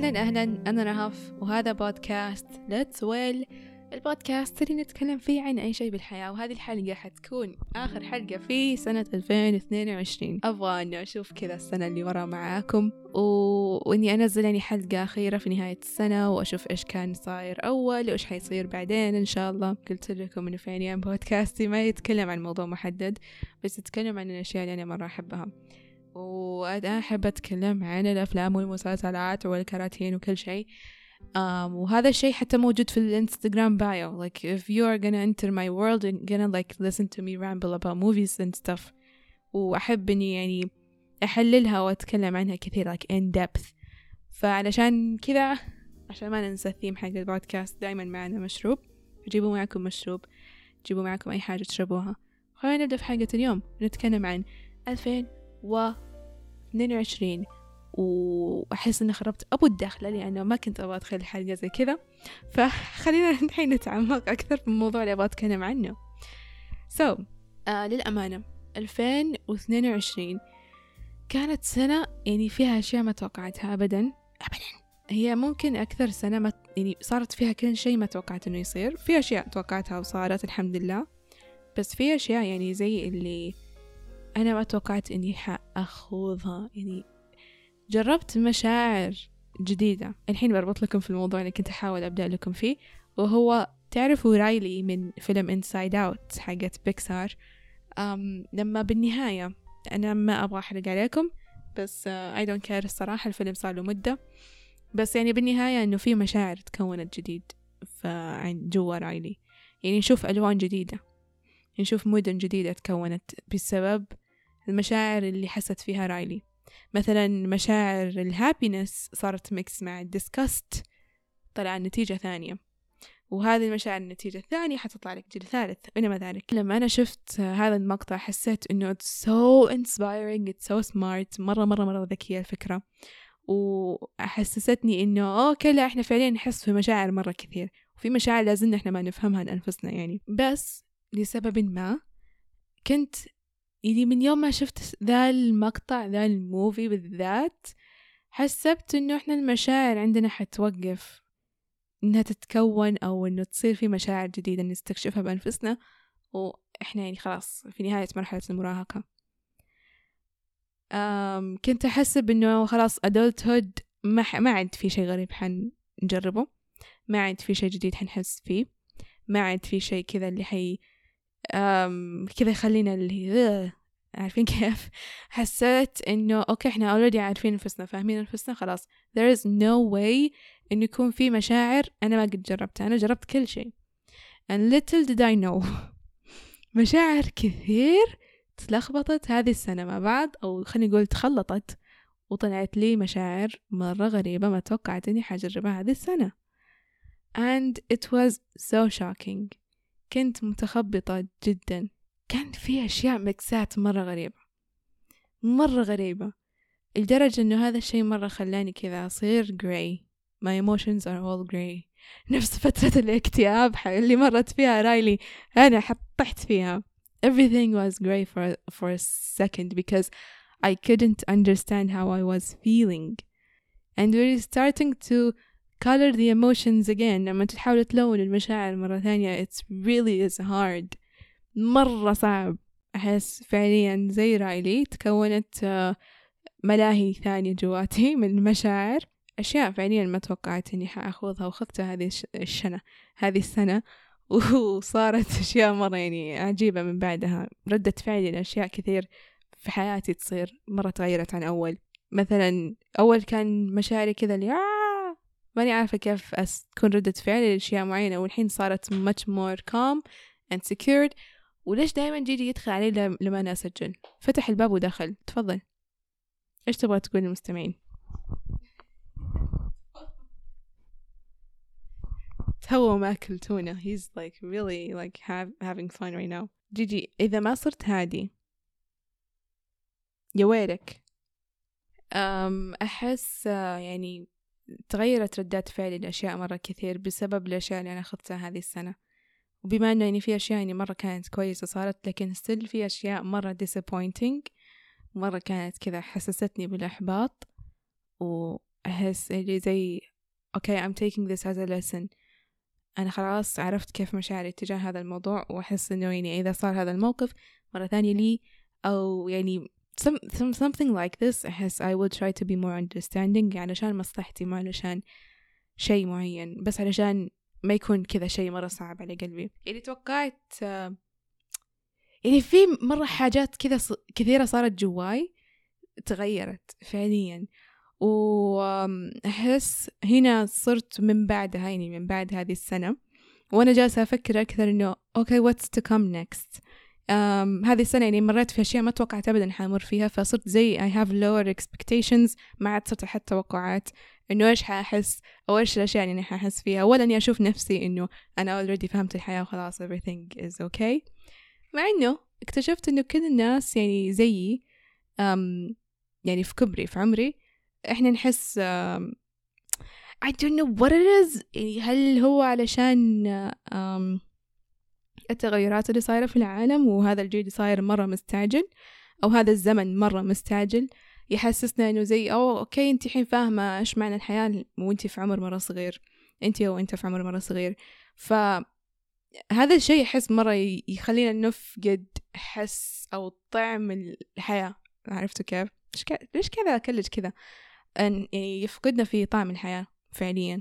أهلا أنا رهف وهذا بودكاست Let's Well، البودكاست اللي نتكلم فيه عن أي شيء بالحياة. وهذه الحلقة حتكون آخر حلقة في سنة 2022. أبغى أنه أشوف كذا السنة اللي ورا معاكم وإني أنزل يعني حلقة أخيرة في نهاية السنة وأشوف إيش كان صاير أول وإيش حيصير بعدين إن شاء الله. قلت لكم إنه في أيام بودكاستي ما يتكلم عن موضوع محدد، بس يتكلم عن الأشياء اللي أنا مرة أحبها. وأنا أحب أتكلم عن الأفلام والمسلسلات والكراتين وكل شيء. وهذا الشيء حتى موجود في الانستغرام بايو. Like if you are gonna enter my world and gonna like listen to me ramble about movies and stuff. وأحب إني يعني أحللها وأتكلم عنها كثير like in depth. فعلشان كذا عشان ما ننسى الثيم حق البودكاست دائما معنا مشروب. جيبوا معكم مشروب، جيبوا معكم أي حاجة تشربوها. خلينا نبدأ في حلقة اليوم. نتكلم عن 2022 وأحس إني خربت أبو الدخلة لأنه ما كنت أبغى أدخل الحلقة زي كذا. فخلينا الحين نتعمق أكثر في الموضوع اللي أبغى أتكلم عنه. للأمانة 2022 كانت سنة يعني فيها أشياء ما توقعتها أبدا. هي ممكن أكثر سنة ما يعني صارت فيها كل شيء ما توقعت إنه يصير. في أشياء توقعتها وصارت الحمد لله، بس في أشياء يعني زي اللي أنا ما توقعت إني حأخوضها. يعني جربت مشاعر جديدة. الحين بربط لكم في الموضوع اللي كنت أحاول أبدأ لكم فيه، وهو تعرفوا رايلي من فيلم Inside Out حقت بيكسار. لما بالنهاية أنا ما أبغى أحرق عليكم، بس I don't care الصراحة. الفيلم صار له مدة، بس يعني بالنهاية إنه في مشاعر تكونت جديد جوا رايلي. يعني نشوف ألوان جديدة، نشوف مدن جديدة تكونت بسبب المشاعر اللي حست فيها رايلي. مثلا مشاعر الهابينس صارت ميكس مع الديسكاست، طلع النتيجة ثانية، وهذه المشاعر النتيجة الثانية حتطلع لك نتيجة ثالث. إنما ذلك لما أنا شفت هذا المقطع حسيت إنه it's so inspiring, it's so smart. مرة ذكية الفكرة، وحسستني إنه أوكي لا إحنا فعليا نحس في مشاعر مرة كثير، وفي مشاعر لازلنا إحنا ما نفهمها لأنفسنا يعني. بس لسبب ما كنت يعني من يوم ما شفت ذا المقطع ذا الموفي بالذات حسبت إنه إحنا المشاعر عندنا حتوقف إنها تتكون، أو إنه تصير في مشاعر جديدة نستكشفها بأنفسنا، وإحنا يعني خلاص في نهاية مرحلة المراهقة. كنت أحسب إنه خلاص adulthood ما عاد في شيء غريب حنجربه، ما عاد في شيء جديد حنحس فيه، ما عاد في شيء كذا اللي كذا يخلينا اللي عارفين كيف. حسيت إنه أوكي إحنا already عارفين نفسنا، فاهمين نفسنا، خلاص there is no way إنه يكون في مشاعر أنا ما قد جربتها. أنا جربت كل شيء and little did I know مشاعر كثير تلخبطت هذه السنة مع بعض، أو خليني نقول تخلطت، وطلعت لي مشاعر مرة غريبة ما توقعت إني حجربها هذه السنة. and it was so shocking. كنت متخبطة جدا. كان في أشياء مكسات مرة غريبة لدرجة إنه هذا الشيء مرة خلاني كذا أصير grey. my emotions are all grey. نفس فترة الاكتئاب اللي مرت فيها رايلي أنا طحت فيها. everything was grey for a second because I couldn't understand how I was feeling, and we're starting to color the emotions again. لما تحاول تلون المشاعر مرة ثانية it's really is hard. مرة صعب. أحس فعليا زي رايلي تكونت ملاهي ثانية جواتي من المشاعر، أشياء فعليا ما توقعت إني حأخوضها وخذتها هذه السنة وصارت أشياء مرة يعني عجيبة من بعدها. ردة فعلي لأشياء كثير في حياتي تصير مرة تغيرت عن أول. مثلا أول كان مشاعري كذا اللي ماني عارفة كيف تكون ردة فعلي لأشياء معينة، والحين صارت much more calm and secured. وليش دايما جيجي يدخل علي لما أنا أسجل؟ فتح الباب ودخل. تفضل، إيش تبغى تقول للمستمعين؟ هو ماكل تونة. he's like really like having fun right now. جيجي إذا ما صرت هادي يا ويلك. أحس يعني تغيرت ردات فعلي لأشياء مرة كثير بسبب الأشياء اللي أنا أخذتها هذه السنة. وبما أنه يعني في أشياء يعني مرة كانت كويسة صارت، لكن still في أشياء مرة disappointing، مرة كانت كذا حسستني بالإحباط. أحس اللي زي okay I'm taking this as a lesson. أنا خلاص عرفت كيف مشاعري تجاه هذا الموضوع، وأحس إنه يعني إذا صار هذا الموقف مرة ثانية لي أو يعني something like this أحس I will try to be more understanding، يعني علشان مصلحتي ما علشان شيء معين، بس علشان ما يكون كذا شيء مرة صعب على قلبي. يعني توقعت يعني في مرة حاجات كذا كثيرة صارت جواي تغيرت فعليا، وأحس هنا صرت من بعدها يعني من بعد هذه السنة وأنا جالسة أفكر أكثر إنه okay what's to come next. هذه السنة يعني مريت في أشياء ما توقعت أبدا حامر فيها، فصرت زي I have lower expectations، ما عاد صرت أحط توقعات إنه إيش حأحس أو إيش الأشياء اللي أنا حأحس فيها، ولا إني أشوف نفسي إنه أنا already فهمت الحياة وخلاص everything is okay. مع إنه اكتشفت إنه كل الناس يعني زيي يعني في كبري في عمري إحنا نحس I don't know what it is. يعني هل هو علشان التغيرات اللي صايرة في العالم وهذا الجيل صاير مرة مستعجل، أو هذا الزمن مرة مستعجل يحسسنا إنه زي أوكي أنتي حين فاهمة إيش معنى الحياة وأنتي في عمر مرة صغير، أنتي أو أنت في عمر مرة صغير. فهذا الشيء يحس مرة يخلينا نفقد حس أو طعم الحياة. عرفتوا كيف؟ ليش كذا أكلج كذا؟ أن يعني يفقدنا في طعم الحياة فعليا.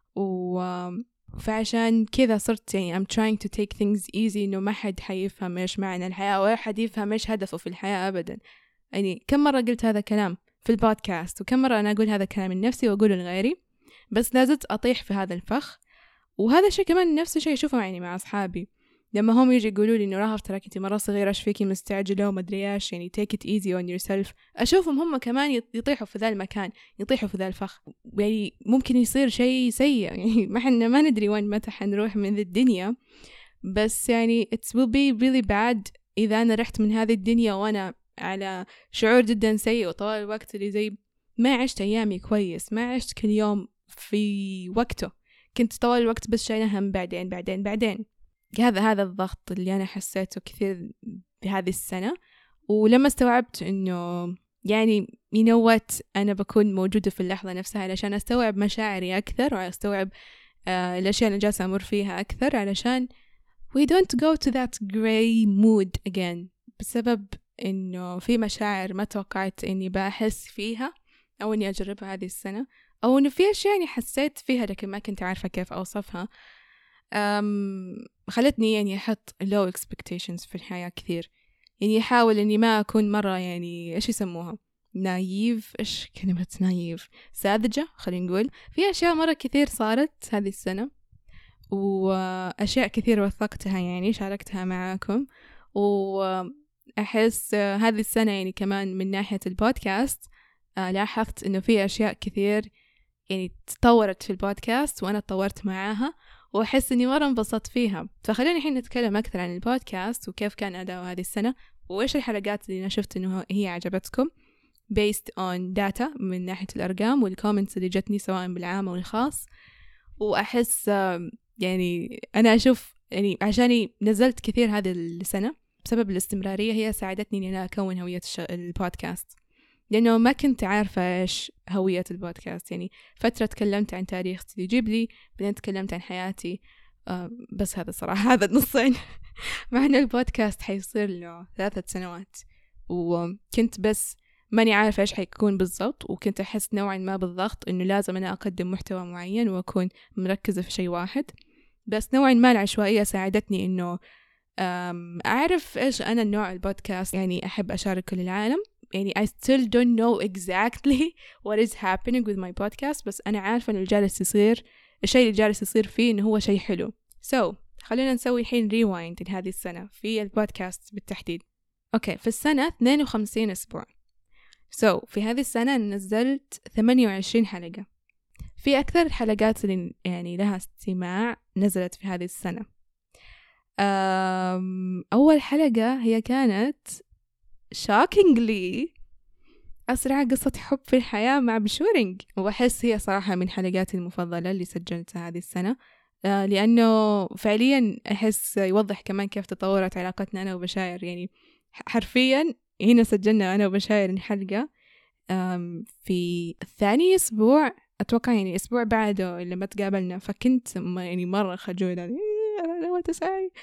فعشان كذا صرت يعني I'm trying to take things easy، إنه ما حد حيفهم إيش معنى الحياة ولا حد يفهم إيش هدفه في الحياة أبدا. يعني كم مرة قلت هذا الكلام في البودكاست، وكم مرة أنا أقول هذا الكلام لنفسي وأقوله لغيري، بس لازلت أطيح في هذا الفخ. وهذا الشيء كمان نفس الشيء أشوفه يعني مع أصحابي لما هم يجي يقولوا لي إنه راهف تراك أنت مرة صغيرة إيش فيكي مستعجلة وما أدري إيش، يعني take it easy on yourself. أشوفهم هم كمان يطيحوا في ذا المكان، يطيحوا في ذا الفخ. يعني ممكن يصير شيء سيء، يعني ما حنا ما ندري وين متى حنروح من ذي الدنيا، بس يعني it will be really bad إذا أنا رحت من هذه الدنيا وأنا على شعور جدا سيء وطوال الوقت اللي زي ما عشت أيامي كويس، ما عشت كل يوم في وقته، كنت طوال الوقت بس شايلة هم بعدين. هذا الضغط اللي أنا حسيته كثير بهذه السنة. ولما استوعبت إنه يعني you know what أنا بكون موجودة في اللحظة نفسها علشان أستوعب مشاعري أكثر وأستوعب الأشياء اللي جالسة أمر فيها أكثر، علشان we don't go to that grey mood again بسبب إنه في مشاعر ما توقعت إني بحس فيها أو إني أجربها هذه السنة، أو إنه في أشياء يعني حسيت فيها لكن ما كنت عارفة كيف أوصفها. خلتني يعني أحط low expectations في الحياة كثير، يعني أحاول إني ما أكون مرة يعني إيش يسموها نايف، إيش كلمة نايف، ساذجة خلينا نقول. في أشياء مرة كثير صارت هذه السنة وأشياء كثير وثقتها يعني شاركتها معاكم، وأحس هذه السنة يعني كمان من ناحية البودكاست لاحظت إنه في أشياء كثير يعني تطورت في البودكاست وأنا تطورت معاها، وأحس إني مرة انبسطت فيها. فخلينا الحين نتكلم أكثر عن البودكاست وكيف كان أداؤه هذه السنة، وإيش الحلقات اللي أنا شفت إنه هي عجبتكم based on data من ناحية الأرقام والكومنتس اللي جتني سواء بالعام أو الخاص. وأحس يعني أنا أشوف يعني عشاني نزلت كثير هذه السنة بسبب الاستمرارية، هي ساعدتني إني أنا أكون هوية البودكاست، لأنه ما كنت عارفة إيش هوية البودكاست. يعني فترة تكلمت عن تاريخ سيدي جيبلي، بعدين تكلمت عن حياتي، بس هذا صراحة هذا النصين مع أن البودكاست حيصير له 3 سنوات، وكنت بس ماني عارفة إيش حيكون بالضبط، وكنت أحس نوعا ما بالضغط إنه لازم أنا أقدم محتوى معين وأكون مركزة في شيء واحد. بس نوعا ما العشوائية ساعدتني إنه أعرف إيش أنا النوع البودكاست يعني أحب أشاركه للعالم. يعني I still don't know exactly what is happening with my podcast، بس أنا عارفة إنه الشيء اللي جالس يصير فيه إنه هو شيء حلو. خلينا نسوي الحين rewind لهذه السنة في البودكاست بالتحديد. أوكي، في السنة 52 أسبوع. في هذه السنة نزلت 28 حلقة. في أكثر الحلقات اللي يعني لها استماع نزلت في هذه السنة. أول حلقة هي كانت shockingly أسرع قصة حب في الحياة مع بشورينج، وأحس هي صراحة من حلقاتي المفضلة اللي سجلتها هذه السنة، لأنه فعليا أحس يوضح كمان كيف تطورت علاقتنا أنا وبشاير. يعني حرفيا هنا سجلنا أنا وبشاير حلقة في ثاني أسبوع أتوقع، يعني أسبوع بعده لما تقابلنا، فكنت يعني مرة خجولة، أنا ما تسعي.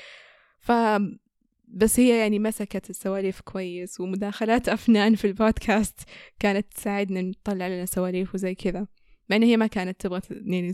بس هي يعني مسكت السواليف كويس، ومداخلات أفنان في البودكاست كانت تساعدنا نطلع لنا سواليف وزي كذا، مع إن هي ما كانت تبغى يعني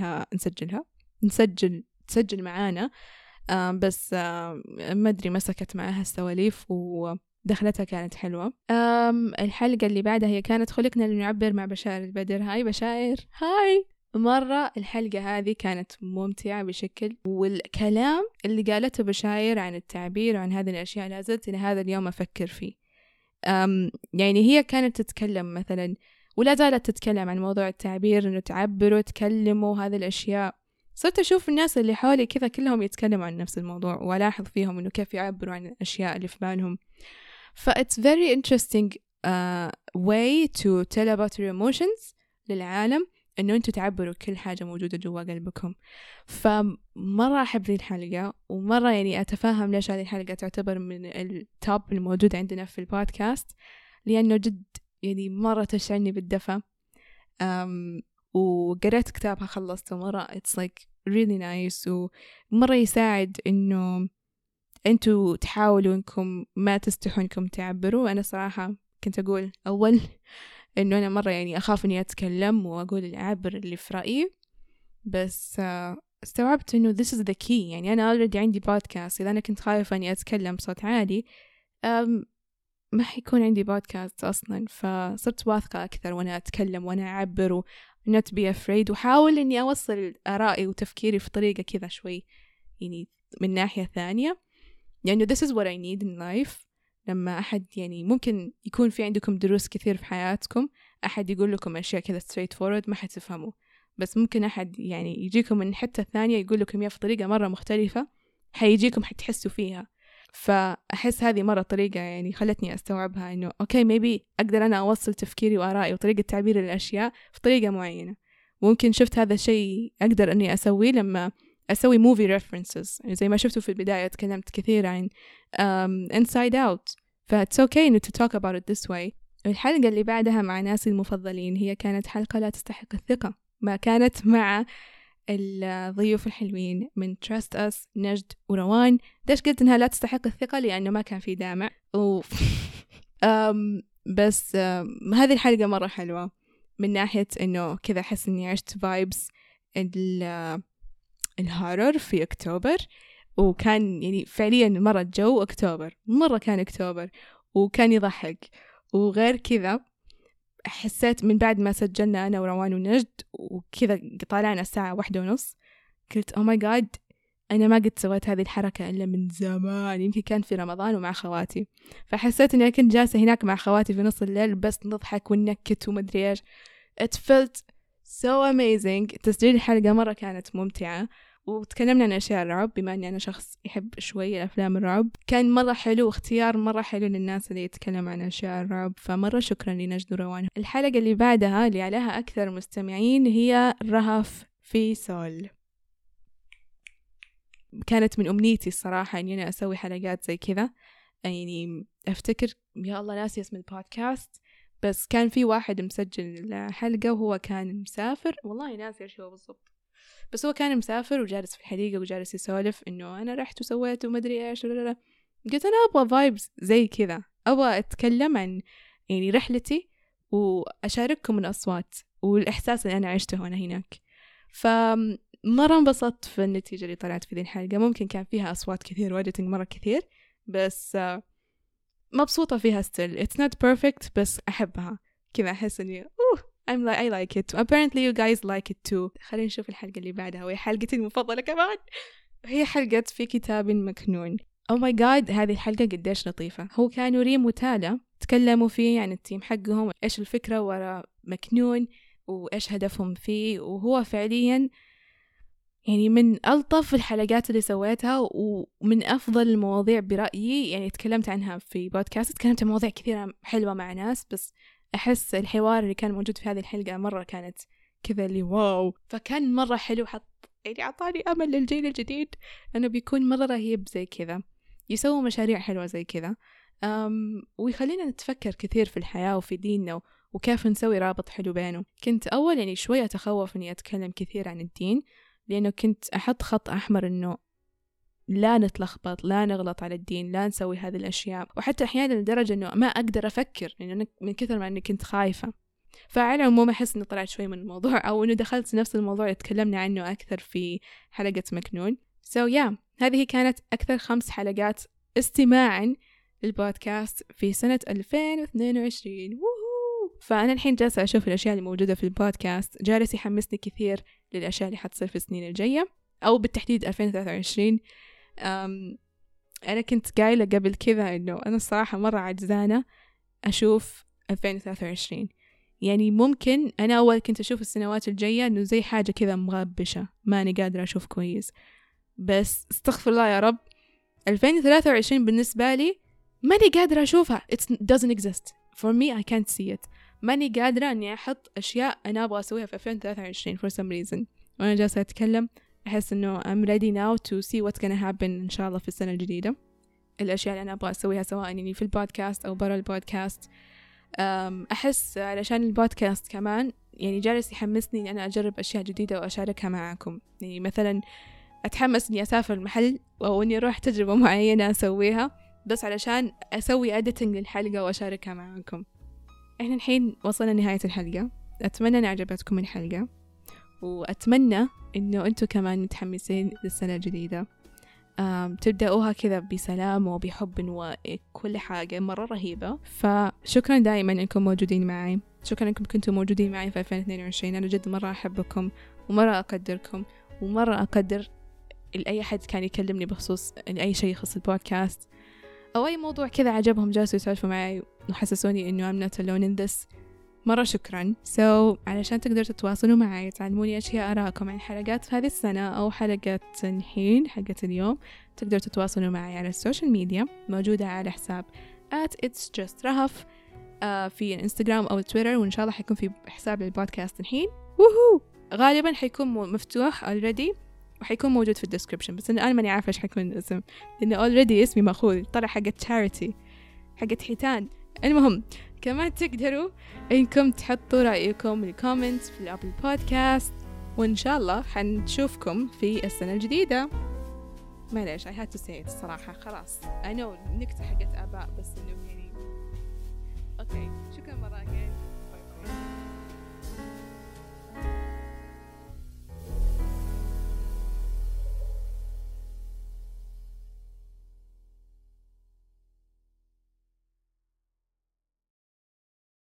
تسجل معانا. بس ما أدري مسكت معاها السواليف ودخلتها كانت حلوة. الحلقة اللي بعدها هي كانت خلقنا لنعبر مع بشائر البدر. هاي بشائر، هاي. مرة الحلقة هذه كانت ممتعة بشكل، والكلام اللي قالته بشاير عن التعبير وعن هذه الأشياء لا زلت إلى هذا اليوم أفكر فيه. يعني هي كانت تتكلم مثلا، ولا زالت تتكلم عن موضوع التعبير، إنه تعبروا تكلموا هذه الأشياء. صرت أشوف الناس اللي حولي كذا كلهم يتكلموا عن نفس الموضوع، وألاحظ فيهم إنه كيف يعبروا عن الأشياء اللي في بالهم. it's very interesting way to tell about your emotions للعالم، إنه أنتوا تعبروا كل حاجة موجودة جوا قلبكم. فمرة أحب ذي الحلقة، ومرة يعني أتفهم ليش هذه الحلقة تعتبر من التوب الموجود عندنا في البودكاست، لأنه جد يعني مرة تشعرني بالدفى. وقرأت كتابها خلصته مرة it's like really nice، ومرة يساعد إنه أنتوا تحاولوا إنكم ما تستحوا إنكم تعبروا. أنا صراحة كنت أقول أول إنه أنا مرة يعني أخاف إني أتكلم وأقول العبر اللي في رأيي، بس استوعبت إنه this is the key. يعني أنا already عندي بودكاست، إذا أنا كنت خايفة إني أتكلم بصوت عالي ما حيكون عندي بودكاست أصلا. فصرت واثقة أكثر وأنا أتكلم وأنا أعبر و not be afraid، وحاول إني أوصل آرائي وتفكيري في طريقة كذا شوي يعني من ناحية ثانية، يعني this is what I need in life. لما أحد يعني ممكن يكون في عندكم دروس كثير في حياتكم، أحد يقول لكم أشياء كذا straight forward ما حتفهموا، بس ممكن أحد يعني يجيكم من حتة ثانية يقول لكم إياه في طريقة مرة مختلفة، حيجيكم حتحسوا فيها. فأحس هذه مرة طريقة يعني خلتني أستوعبها إنه أوكي maybe أقدر أنا أوصل تفكيري وآرائي وطريقة تعبير الأشياء في طريقة معينة. ممكن شفت هذا الشيء أقدر أني أسويه لما أسوي movie references، يعني زي ما شفتوا في البداية تكلمت كثير عن Inside Out، فit's okay إنه to talk about it this way. الحلقة اللي بعدها مع ناسي المفضلين هي كانت حلقة لا تستحق الثقة، ما كانت مع الضيوف الحلوين من Trust Us نجد وروان. ليش قلت إنها لا تستحق الثقة؟ لأنه ما كان في دامع بس هذه الحلقة مرة حلوة من ناحية إنه كذا أحس إني عشت vibes الهورر في أكتوبر، وكان يعني فعليا مرة جو أكتوبر، مرة كان أكتوبر وكان يضحك. وغير كذا حسيت من بعد ما سجلنا أنا وروان ونجد وكذا طالعنا الساعة 1:30، قلت oh my god أنا ما قد سويت هذه الحركة إلا من زمان، يمكن كان في رمضان ومع خواتي. فحسيت إني كنت جالسة هناك مع خواتي في نص الليل بس نضحك وننكت ومدري إيش. it felt so amazing. تسجيل الحلقة مرة كانت ممتعة، وتكلمنا عن أشياء الرعب بما أني أنا شخص يحب شوي الأفلام الرعب. كان مرة حلو واختيار مرة حلو للناس اللي يتكلم عن أشياء الرعب، فمرة شكرا لنجد وروان. الحلقة اللي بعدها اللي عليها أكثر مستمعين هي رهف في سول. كانت من أمنيتي الصراحة أني أنا أسوي حلقات زي كذا، يعني أفتكر يا الله ناسي اسم البودكاست، بس كان في واحد مسجل حلقة وهو كان مسافر، والله ناسي إيش هو بالضبط، بس هو كان مسافر وجالس في الحديقة وجالس يسولف إنه أنا رحت وسويت ومدري إيش. قلت أنا أبغى فايبز زي كذا، أبغى أتكلم عن يعني رحلتي وأشارككم الأصوات والإحساس اللي أنا عشته وأنا هناك. فمرة انبسطت في النتيجة اللي طلعت في ذي الحلقة. ممكن كان فيها أصوات كثير وإديتنج مرة كثير، بس مبسوطة فيها still. It's not perfect بس أحبها كذا، أحس إني I like it. Apparently you guys like it too. خلينا نشوف الحلقة اللي بعدها، وهي حلقتي المفضلة كمان، هي حلقة في كتاب مكنون. Oh my god هذه الحلقة قديش لطيفة. هو كانوا ريم وتالا تكلموا فيه عن التيم حقهم، إيش الفكرة وراء مكنون وإيش هدفهم فيه، وهو فعليا يعني من ألطف الحلقات اللي سويتها ومن أفضل المواضيع برأيي. يعني تكلمت عنها في بودكاست، تكلمت عن مواضيع كثيرة حلوة مع ناس، بس أحس الحوار اللي كان موجود في هذه الحلقة مرة كانت كذا اللي واو. فكان مرة حلو، يعني عطاني أمل للجيل الجديد أنه بيكون مرة رهيب زي كذا، يسووا مشاريع حلوة زي كذا. ويخلينا نتفكر كثير في الحياة وفي ديننا وكيف نسوي رابط حلو بينه. كنت أول يعني شوية أتخوف إني أتكلم كثير عن الدين، لأنه كنت أحط خط أحمر إنه لا نتلخبط، لا نغلط على الدين، لا نسوي هذه الأشياء، وحتى أحيانا لدرجة إنه ما أقدر أفكر لأنه من كثر ما إني كنت خايفة. فعلى العموم أحس إني طلعت شوي من الموضوع، أو إنه دخلت نفس الموضوع اللي تكلمنا عنه أكثر في حلقة مكنون. هذه كانت أكثر 5 حلقات استماعا للبودكاست في سنة 2022. فأنا الحين جالسة أشوف الأشياء اللي موجودة في البودكاست، جالس يحمسني كثير للأشياء اللي حتصير في السنين الجاية، أو بالتحديد 2023. أنا كنت قايلة قبل كذا إنه أنا الصراحة مرة عجزانة أشوف 2023. يعني ممكن أنا أول كنت أشوف السنوات الجاية إنه زي حاجة كذا مغبشة، ماني قادرة أشوف كويس، بس استغفر الله يا رب 2023 بالنسبة لي ماني قادرة أشوفها. It doesn't exist for me. I can't see it. ماني قادرة أني أحط أشياء أنا أبغى أسويها في 2023 for some reason. وأنا جالسة أتكلم أحس أنه I'm ready now to see what's gonna happen إن شاء الله في السنة الجديدة. الأشياء اللي أنا أبغى أسويها سواء يعني في البودكاست أو برا البودكاست. أحس علشان البودكاست كمان يعني جالس يحمسني إني أنا أجرب أشياء جديدة وأشاركها معكم. يعني مثلا أتحمس إني أسافر المحل أو إني أروح تجربة معينة أسويها بس علشان أسوي editing للحلقة وأشاركها معكم. إحنا الحين وصلنا نهاية الحلقة. أتمنى أن عجبتكم الحلقة، وأتمنى إنه أنتوا كمان متحمسين للسنة الجديدة، تبدأوها كذا بسلام وبحب وكل حاجة مرة رهيبة. فشكرا دائما إنكم موجودين معي، شكرا إنكم كنتوا موجودين معي في 2022. أنا جد مرة أحبكم ومرة أقدركم ومرة أقدر أي حد كان يكلمني بخصوص أي شيء يخص البودكاست أو أي موضوع كذا عجبهم، جالسوا يسولفوا معي وحسسوني إنه I'm not alone in this. مرة شكرا. علشان تقدروا تتواصلوا معي تعلموني أشياء أراكم عن حلقات في هذه السنة أو حلقات الحين حلقة اليوم، تقدروا تتواصلوا معي على السوشيال ميديا، موجودة على حساب @itsjustrahaf في الانستغرام أو التويتر، وإن شاء الله حيكون في حساب للبودكاست الحين غالبا حيكون مفتوح already وحيكون موجود في الديسكريبشن، بس أنا ماني عارفة إيش حيكون الاسم لأنه already اسمي مأخوذ طلع حقة charity حقة حيتان. المهم كمان تقدروا إنكم تحطوا رأيكم بالكومنت في الأبل بودكاست، وإن شاء الله حنشوفكم في السنة الجديدة. معليش I had to say it الصراحة، خلاص I know نكتة حقت آباء بس إنه يعني